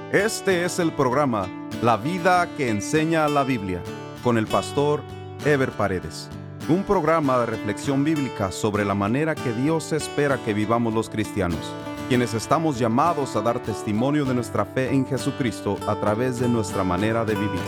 Este es el programa La Vida que Enseña la Biblia, con el pastor Ever Paredes. Un programa de reflexión bíblica sobre la manera que Dios espera que vivamos los cristianos, quienes estamos llamados a dar testimonio de nuestra fe en Jesucristo a través de nuestra manera de vivir.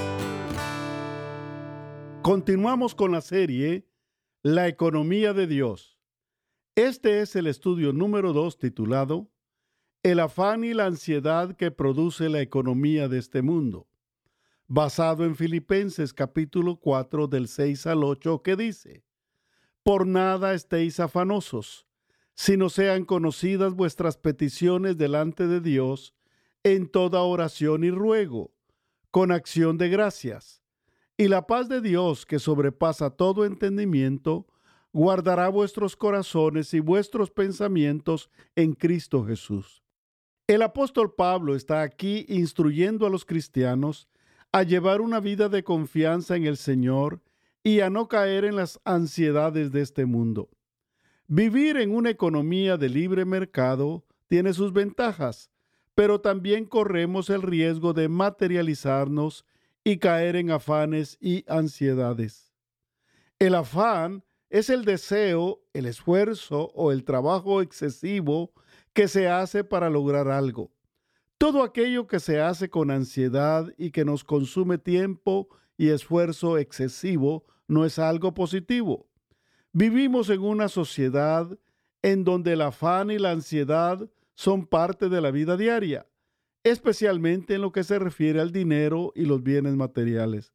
Continuamos con la serie La economía de Dios. Este es el estudio número 2 titulado El afán y la ansiedad que produce la economía de este mundo, basado en Filipenses capítulo 4 del 6 al 8, que dice: Por nada estéis afanosos, sino sean conocidas vuestras peticiones delante de Dios en toda oración y ruego, con acción de gracias. Y la paz de Dios, que sobrepasa todo entendimiento, guardará vuestros corazones y vuestros pensamientos en Cristo Jesús. El apóstol Pablo está aquí instruyendo a los cristianos a llevar una vida de confianza en el Señor y a no caer en las ansiedades de este mundo. Vivir en una economía de libre mercado tiene sus ventajas, pero también corremos el riesgo de materializarnos y caer en afanes y ansiedades. El afán es el deseo, el esfuerzo o el trabajo excesivo que se hace para lograr algo. Todo aquello que se hace con ansiedad y que nos consume tiempo y esfuerzo excesivo no es algo positivo. Vivimos en una sociedad en donde el afán y la ansiedad son parte de la vida diaria, especialmente en lo que se refiere al dinero y los bienes materiales.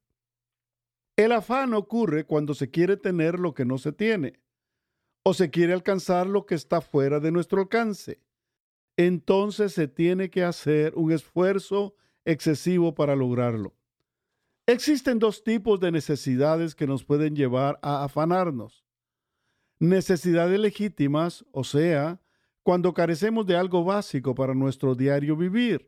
El afán ocurre cuando se quiere tener lo que no se tiene, o se quiere alcanzar lo que está fuera de nuestro alcance. Entonces se tiene que hacer un esfuerzo excesivo para lograrlo. Existen dos tipos de necesidades que nos pueden llevar a afanarnos. Necesidades legítimas, o sea, cuando carecemos de algo básico para nuestro diario vivir.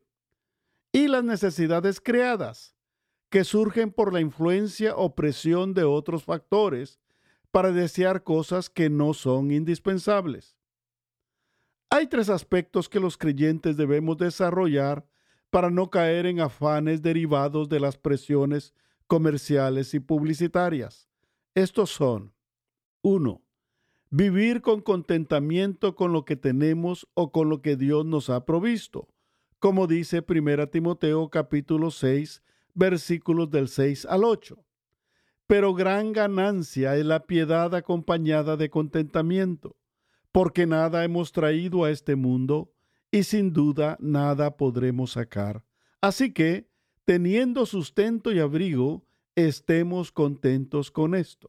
Y las necesidades creadas, que surgen por la influencia o presión de otros factores para desear cosas que no son indispensables. Hay tres aspectos que los creyentes debemos desarrollar para no caer en afanes derivados de las presiones comerciales y publicitarias. Estos son: 1. Vivir con contentamiento con lo que tenemos o con lo que Dios nos ha provisto, como dice 1 Timoteo capítulo 6, versículos del 6 al 8. Pero gran ganancia es la piedad acompañada de contentamiento, porque nada hemos traído a este mundo y sin duda nada podremos sacar. Así que, teniendo sustento y abrigo, estemos contentos con esto.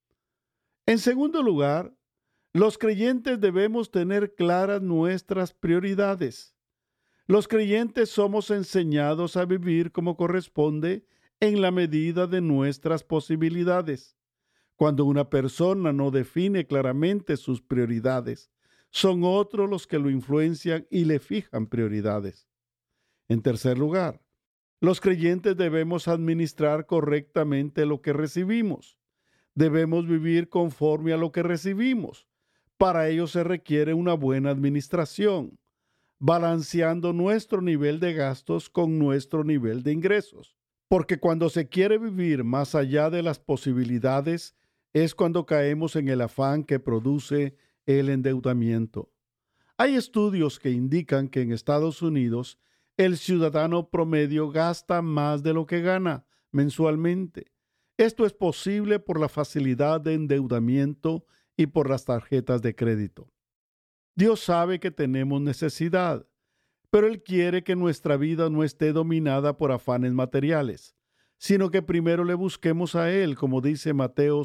En segundo lugar, los creyentes debemos tener claras nuestras prioridades. Los creyentes somos enseñados a vivir como corresponde en la medida de nuestras posibilidades. Cuando una persona no define claramente sus prioridades, son otros los que lo influencian y le fijan prioridades. En tercer lugar, los creyentes debemos administrar correctamente lo que recibimos. Debemos vivir conforme a lo que recibimos. Para ello se requiere una buena administración, balanceando nuestro nivel de gastos con nuestro nivel de ingresos. Porque cuando se quiere vivir más allá de las posibilidades, es cuando caemos en el afán que produce el endeudamiento. Hay estudios que indican que en Estados Unidos el ciudadano promedio gasta más de lo que gana mensualmente. Esto es posible por la facilidad de endeudamiento y por las tarjetas de crédito. Dios sabe que tenemos necesidad, pero Él quiere que nuestra vida no esté dominada por afanes materiales, sino que primero le busquemos a Él, como dice Mateo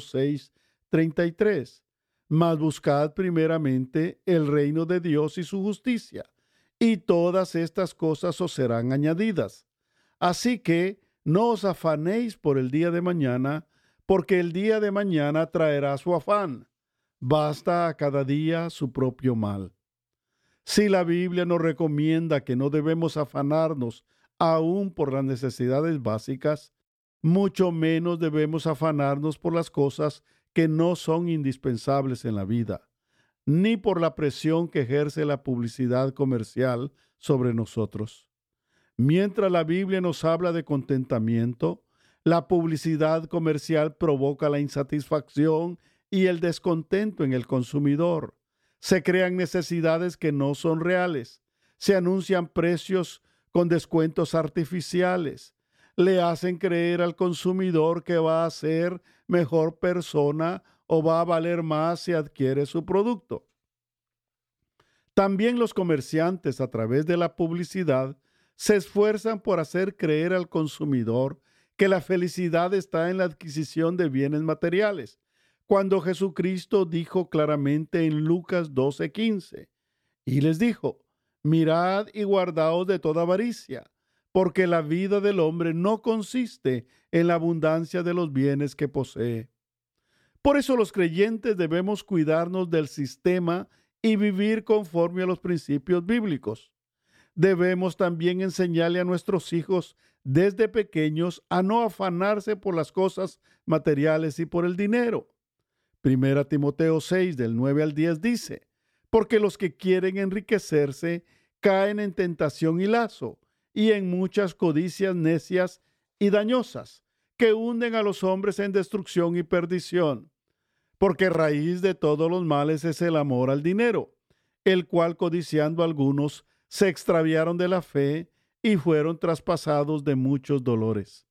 6:33. Mas buscad primeramente el reino de Dios y su justicia, y todas estas cosas os serán añadidas. Así que no os afanéis por el día de mañana, porque el día de mañana traerá su afán. Basta a cada día su propio mal. Si la Biblia nos recomienda que no debemos afanarnos aún por las necesidades básicas, mucho menos debemos afanarnos por las cosas que no son indispensables en la vida, ni por la presión que ejerce la publicidad comercial sobre nosotros. Mientras la Biblia nos habla de contentamiento, la publicidad comercial provoca la insatisfacción y el descontento en el consumidor. Se crean necesidades que no son reales. Se anuncian precios con descuentos artificiales. Le hacen creer al consumidor que va a ser mejor persona o va a valer más si adquiere su producto. También los comerciantes, a través de la publicidad, se esfuerzan por hacer creer al consumidor que la felicidad está en la adquisición de bienes materiales, cuando Jesucristo dijo claramente en Lucas 12:15, y les dijo: mirad y guardaos de toda avaricia, porque la vida del hombre no consiste en la abundancia de los bienes que posee. Por eso los creyentes debemos cuidarnos del sistema y vivir conforme a los principios bíblicos. Debemos también enseñarle a nuestros hijos desde pequeños a no afanarse por las cosas materiales y por el dinero. Primera Timoteo 6, del 9 al 10 dice: porque los que quieren enriquecerse caen en tentación y lazo, y en muchas codicias necias y dañosas, que hunden a los hombres en destrucción y perdición. Porque raíz de todos los males es el amor al dinero, el cual codiciando algunos se extraviaron de la fe y fueron traspasados de muchos dolores.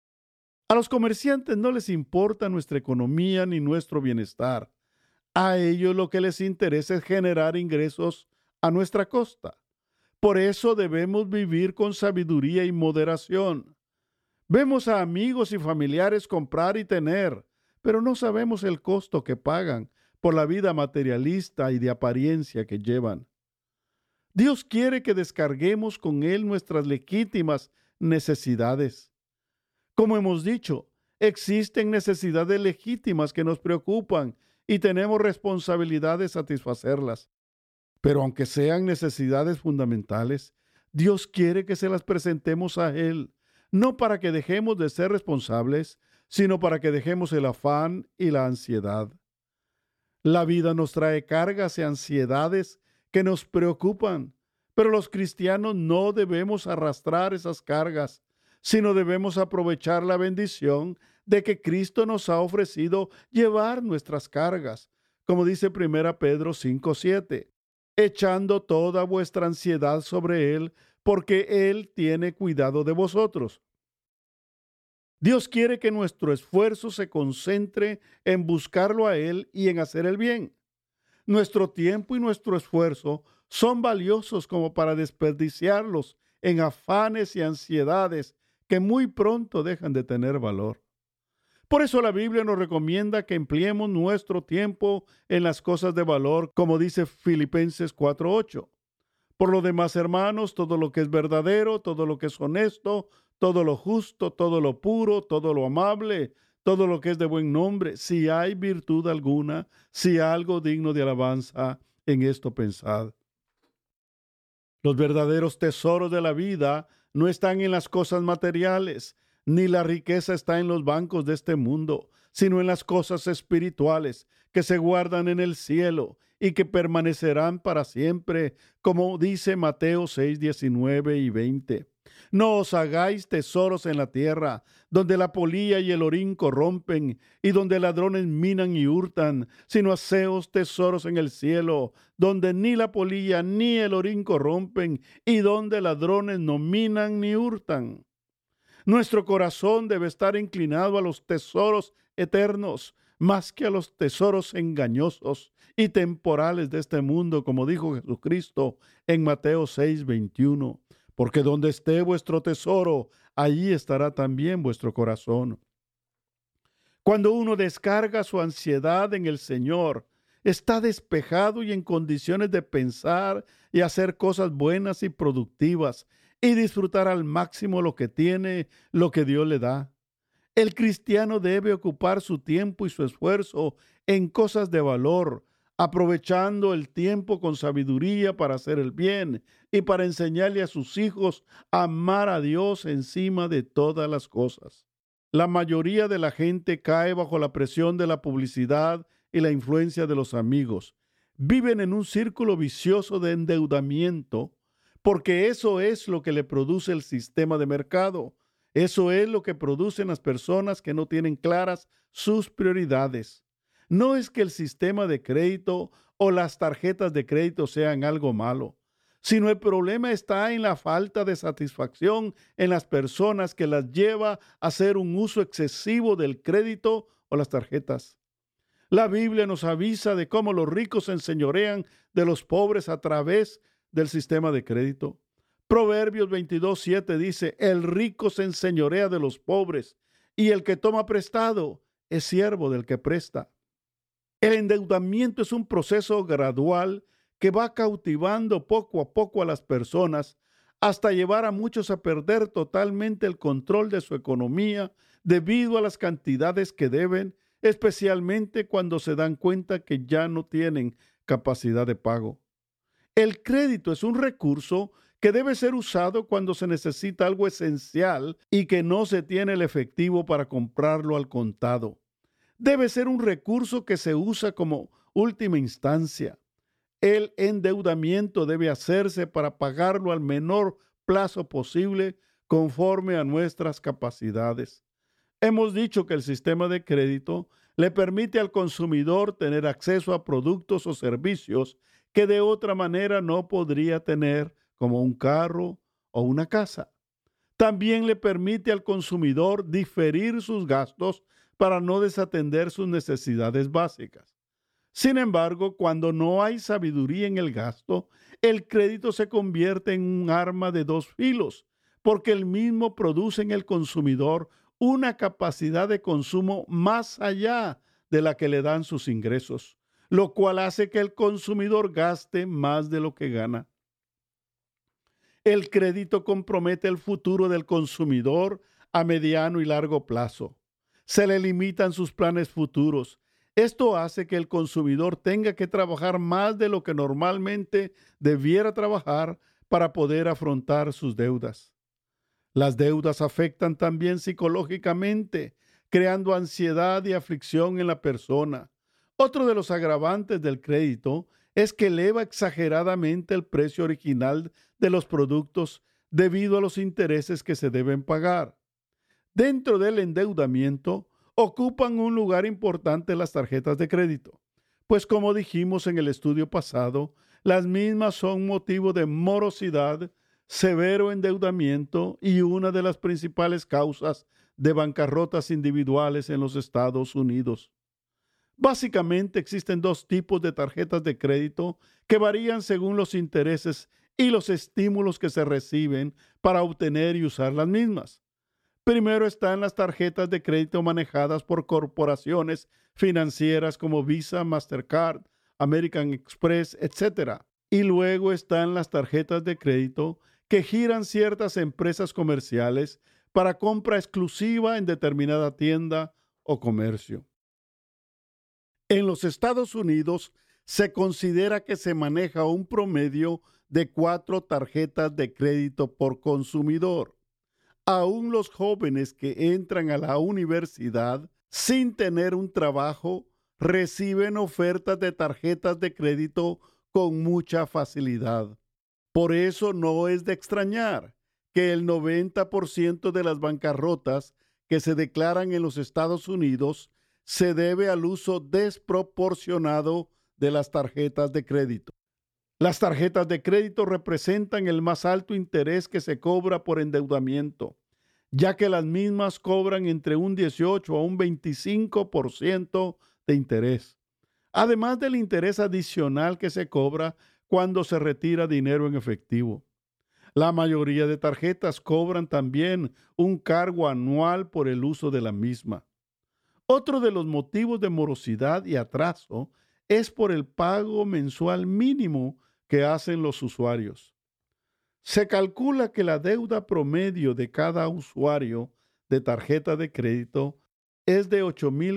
A los comerciantes no les importa nuestra economía ni nuestro bienestar. A ellos lo que les interesa es generar ingresos a nuestra costa. Por eso debemos vivir con sabiduría y moderación. Vemos a amigos y familiares comprar y tener, pero no sabemos el costo que pagan por la vida materialista y de apariencia que llevan. Dios quiere que descarguemos con Él nuestras legítimas necesidades. Como hemos dicho, existen necesidades legítimas que nos preocupan y tenemos responsabilidad de satisfacerlas. Pero aunque sean necesidades fundamentales, Dios quiere que se las presentemos a Él, no para que dejemos de ser responsables, sino para que dejemos el afán y la ansiedad. La vida nos trae cargas y ansiedades que nos preocupan, pero los cristianos no debemos arrastrar esas cargas, sino debemos aprovechar la bendición de que Cristo nos ha ofrecido llevar nuestras cargas, como dice 1 Pedro 5:7, echando toda vuestra ansiedad sobre Él, porque Él tiene cuidado de vosotros. Dios quiere que nuestro esfuerzo se concentre en buscarlo a Él y en hacer el bien. Nuestro tiempo y nuestro esfuerzo son valiosos como para desperdiciarlos en afanes y ansiedades que muy pronto dejan de tener valor. Por eso la Biblia nos recomienda que empleemos nuestro tiempo en las cosas de valor, como dice Filipenses 4:8. Por lo demás, hermanos, todo lo que es verdadero, todo lo que es honesto, todo lo justo, todo lo puro, todo lo amable, todo lo que es de buen nombre, si hay virtud alguna, si algo digno de alabanza, en esto pensad. Los verdaderos tesoros de la vida no están en las cosas materiales, ni la riqueza está en los bancos de este mundo, sino en las cosas espirituales que se guardan en el cielo y que permanecerán para siempre, como dice Mateo 6, 19 y 20. No os hagáis tesoros en la tierra, donde la polilla y el orín corrompen, y donde ladrones minan y hurtan, sino haceos tesoros en el cielo, donde ni la polilla ni el orín corrompen, y donde ladrones no minan ni hurtan. Nuestro corazón debe estar inclinado a los tesoros eternos, más que a los tesoros engañosos y temporales de este mundo, como dijo Jesucristo en Mateo 6, 21. Porque donde esté vuestro tesoro, allí estará también vuestro corazón. Cuando uno descarga su ansiedad en el Señor, está despejado y en condiciones de pensar y hacer cosas buenas y productivas y disfrutar al máximo lo que tiene, lo que Dios le da. El cristiano debe ocupar su tiempo y su esfuerzo en cosas de valor, aprovechando el tiempo con sabiduría para hacer el bien y para enseñarle a sus hijos a amar a Dios encima de todas las cosas. La mayoría de la gente cae bajo la presión de la publicidad y la influencia de los amigos. Viven en un círculo vicioso de endeudamiento porque eso es lo que le produce el sistema de mercado. Eso es lo que producen las personas que no tienen claras sus prioridades. No es que el sistema de crédito o las tarjetas de crédito sean algo malo, sino el problema está en la falta de satisfacción en las personas que las lleva a hacer un uso excesivo del crédito o las tarjetas. La Biblia nos avisa de cómo los ricos se enseñorean de los pobres a través del sistema de crédito. Proverbios 22:7 dice: el rico se enseñorea de los pobres, y el que toma prestado es siervo del que presta. El endeudamiento es un proceso gradual que va cautivando poco a poco a las personas hasta llevar a muchos a perder totalmente el control de su economía debido a las cantidades que deben, especialmente cuando se dan cuenta que ya no tienen capacidad de pago. El crédito es un recurso que debe ser usado cuando se necesita algo esencial y que no se tiene el efectivo para comprarlo al contado. Debe ser un recurso que se usa como última instancia. El endeudamiento debe hacerse para pagarlo al menor plazo posible conforme a nuestras capacidades. Hemos dicho que el sistema de crédito le permite al consumidor tener acceso a productos o servicios que de otra manera no podría tener, como un carro o una casa. También le permite al consumidor diferir sus gastos para no desatender sus necesidades básicas. Sin embargo, cuando no hay sabiduría en el gasto, el crédito se convierte en un arma de dos filos, porque el mismo produce en el consumidor una capacidad de consumo más allá de la que le dan sus ingresos, lo cual hace que el consumidor gaste más de lo que gana. El crédito compromete el futuro del consumidor a mediano y largo plazo. Se le limitan sus planes futuros. Esto hace que el consumidor tenga que trabajar más de lo que normalmente debiera trabajar para poder afrontar sus deudas. Las deudas afectan también psicológicamente, creando ansiedad y aflicción en la persona. Otro de los agravantes del crédito es que eleva exageradamente el precio original de los productos debido a los intereses que se deben pagar. Dentro del endeudamiento, ocupan un lugar importante las tarjetas de crédito, pues como dijimos en el estudio pasado, las mismas son motivo de morosidad, severo endeudamiento y una de las principales causas de bancarrotas individuales en los Estados Unidos. Básicamente existen dos tipos de tarjetas de crédito que varían según los intereses y los estímulos que se reciben para obtener y usar las mismas. Primero están las tarjetas de crédito manejadas por corporaciones financieras como Visa, Mastercard, American Express, etc. Y luego están las tarjetas de crédito que giran ciertas empresas comerciales para compra exclusiva en determinada tienda o comercio. En los Estados Unidos se considera que se maneja un promedio de 4 tarjetas de crédito por consumidor. Aún los jóvenes que entran a la universidad sin tener un trabajo reciben ofertas de tarjetas de crédito con mucha facilidad. Por eso no es de extrañar que el 90% de las bancarrotas que se declaran en los Estados Unidos se debe al uso desproporcionado de las tarjetas de crédito. Las tarjetas de crédito representan el más alto interés que se cobra por endeudamiento, ya que las mismas cobran entre un 18 a un 25% de interés, además del interés adicional que se cobra cuando se retira dinero en efectivo. La mayoría de tarjetas cobran también un cargo anual por el uso de la misma. Otro de los motivos de morosidad y atraso es por el pago mensual mínimo que hacen los usuarios. Se calcula que la deuda promedio de cada usuario de tarjeta de crédito es de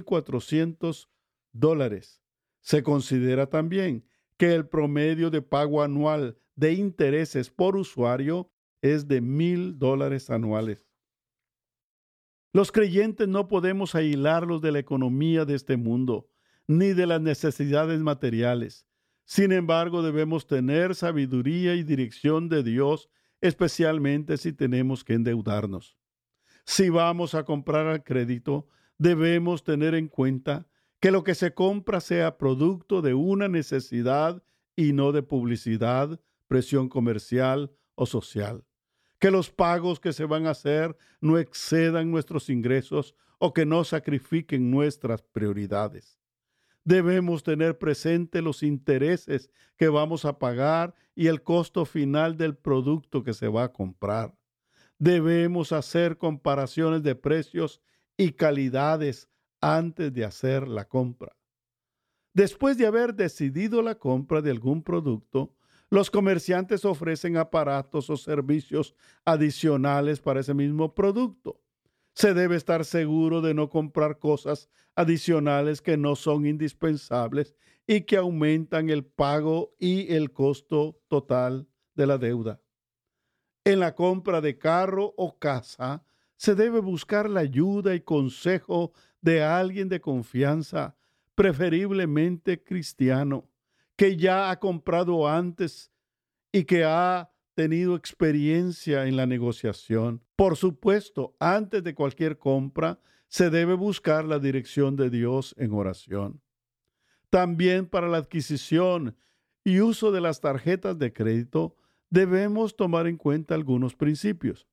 $8,400. Se considera también que el promedio de pago anual de intereses por usuario es de $1,000 anuales. Los creyentes no podemos aislarlos de la economía de este mundo, ni de las necesidades materiales, Sin embargo, debemos tener sabiduría y dirección de Dios, especialmente si tenemos que endeudarnos. Si vamos a comprar al crédito, debemos tener en cuenta que lo que se compra sea producto de una necesidad y no de publicidad, presión comercial o social. Que los pagos que se van a hacer no excedan nuestros ingresos o que no sacrifiquen nuestras prioridades. Debemos tener presente los intereses que vamos a pagar y el costo final del producto que se va a comprar. Debemos hacer comparaciones de precios y calidades antes de hacer la compra. Después de haber decidido la compra de algún producto, los comerciantes ofrecen aparatos o servicios adicionales para ese mismo producto. Se debe estar seguro de no comprar cosas adicionales que no son indispensables y que aumentan el pago y el costo total de la deuda. En la compra de carro o casa, se debe buscar la ayuda y consejo de alguien de confianza, preferiblemente cristiano, que ya ha comprado antes y que ha tenido experiencia en la negociación. Por supuesto, antes de cualquier compra, se debe buscar la dirección de Dios en oración. También para la adquisición y uso de las tarjetas de crédito, debemos tomar en cuenta algunos principios.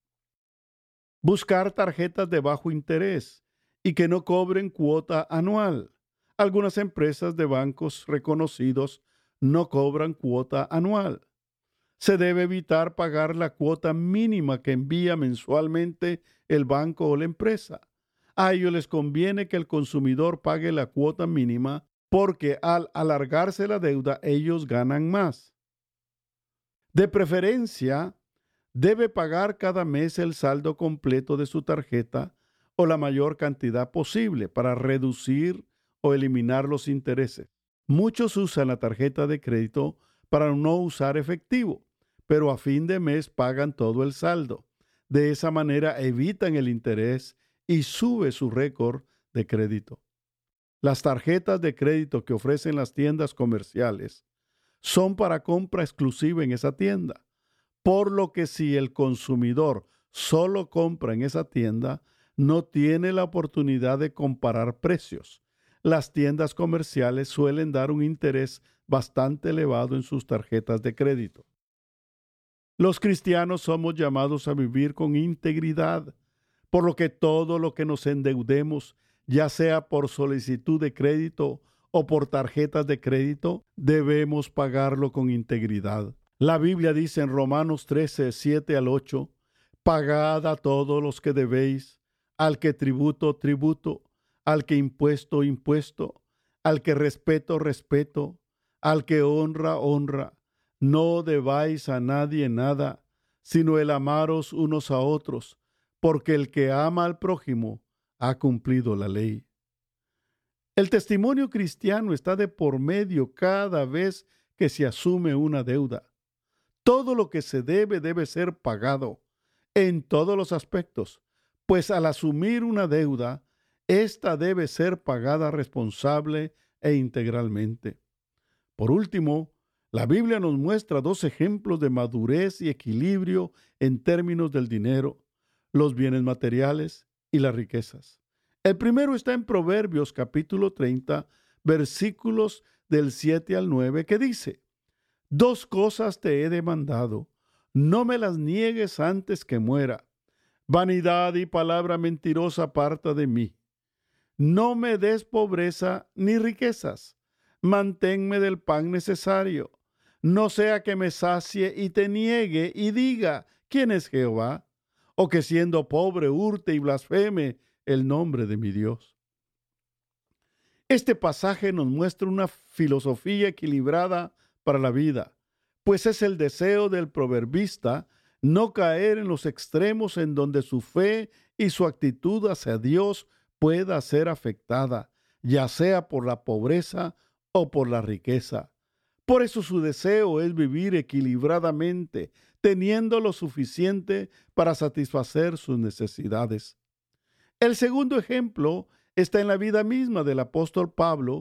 Buscar tarjetas de bajo interés y que no cobren cuota anual. Algunas empresas de bancos reconocidos no cobran cuota anual. Se debe evitar pagar la cuota mínima que envía mensualmente el banco o la empresa. A ellos les conviene que el consumidor pague la cuota mínima porque al alargarse la deuda ellos ganan más. De preferencia, debe pagar cada mes el saldo completo de su tarjeta o la mayor cantidad posible para reducir o eliminar los intereses. Muchos usan la tarjeta de crédito para no usar efectivo, pero a fin de mes pagan todo el saldo. De esa manera evitan el interés y sube su récord de crédito. Las tarjetas de crédito que ofrecen las tiendas comerciales son para compra exclusiva en esa tienda, por lo que si el consumidor solo compra en esa tienda, no tiene la oportunidad de comparar precios. Las tiendas comerciales suelen dar un interés bastante elevado en sus tarjetas de crédito. Los cristianos somos llamados a vivir con integridad, por lo que todo lo que nos endeudemos, ya sea por solicitud de crédito o por tarjetas de crédito, debemos pagarlo con integridad. La Biblia dice en Romanos 13, 7 al 8, pagad a todos los que debéis, al que tributo, tributo, al que impuesto, impuesto, al que respeto, respeto, al que honra, honra. No debáis a nadie nada, sino el amaros unos a otros, porque el que ama al prójimo ha cumplido la ley. El testimonio cristiano está de por medio cada vez que se asume una deuda. Todo lo que se debe ser pagado en todos los aspectos, pues al asumir una deuda, ésta debe ser pagada responsable e integralmente. Por último, la Biblia nos muestra dos ejemplos de madurez y equilibrio en términos del dinero, los bienes materiales y las riquezas. El primero está en Proverbios capítulo 30, versículos del 7 al 9, que dice: Dos cosas te he demandado, no me las niegues antes que muera. Vanidad y palabra mentirosa aparta de mí. No me des pobreza ni riquezas. Manténme del pan necesario. No sea que me sacie y te niegue y diga: ¿quién es Jehová? O que siendo pobre hurte y blasfeme el nombre de mi Dios. Este pasaje nos muestra una filosofía equilibrada para la vida, pues es el deseo del proverbista no caer en los extremos en donde su fe y su actitud hacia Dios pueda ser afectada, ya sea por la pobreza o por la riqueza. Por eso su deseo es vivir equilibradamente, teniendo lo suficiente para satisfacer sus necesidades. El segundo ejemplo está en la vida misma del apóstol Pablo,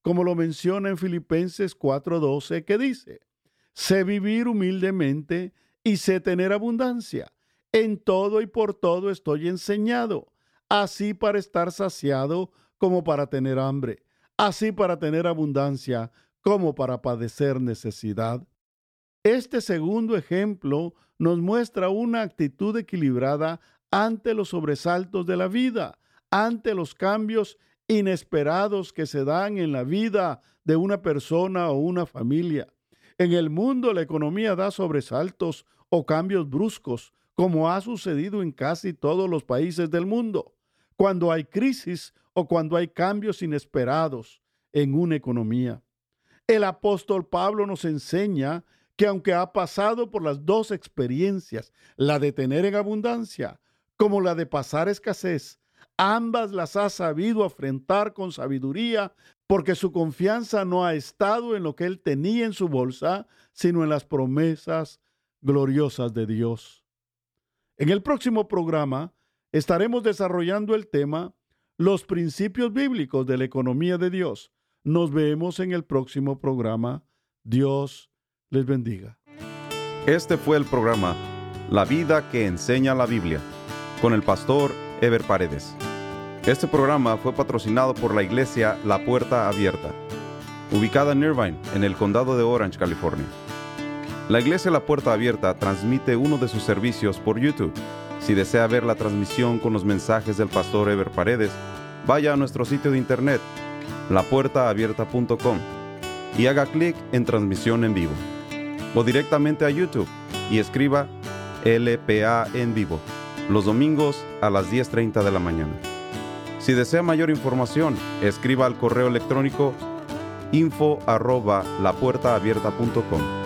como lo menciona en Filipenses 4:12, que dice: sé vivir humildemente y sé tener abundancia. En todo y por todo estoy enseñado, así para estar saciado como para tener hambre, así para tener abundancia como para padecer necesidad. Este segundo ejemplo nos muestra una actitud equilibrada ante los sobresaltos de la vida, ante los cambios inesperados que se dan en la vida de una persona o una familia. En el mundo la economía da sobresaltos o cambios bruscos, como ha sucedido en casi todos los países del mundo, cuando hay crisis o cuando hay cambios inesperados en una economía. El apóstol Pablo nos enseña que aunque ha pasado por las dos experiencias, la de tener en abundancia como la de pasar escasez, ambas las ha sabido afrontar con sabiduría, porque su confianza no ha estado en lo que él tenía en su bolsa, sino en las promesas gloriosas de Dios. En el próximo programa estaremos desarrollando el tema Los principios bíblicos de la economía de Dios. Nos vemos en el próximo programa. Dios les bendiga. Este fue el programa La vida que enseña la Biblia, con el pastor Ever Paredes. Este programa fue patrocinado por la iglesia La Puerta Abierta, ubicada en Irvine, en el condado de Orange, California. La iglesia La Puerta Abierta transmite uno de sus servicios por YouTube. Si desea ver la transmisión con los mensajes del pastor Ever Paredes, vaya a nuestro sitio de internet, lapuertaabierta.com, y haga clic en transmisión en vivo. O directamente a YouTube y escriba LPA en vivo, los domingos a las 10:30 de la mañana. Si desea mayor información, escriba al correo electrónico info@lapuertaabierta.com.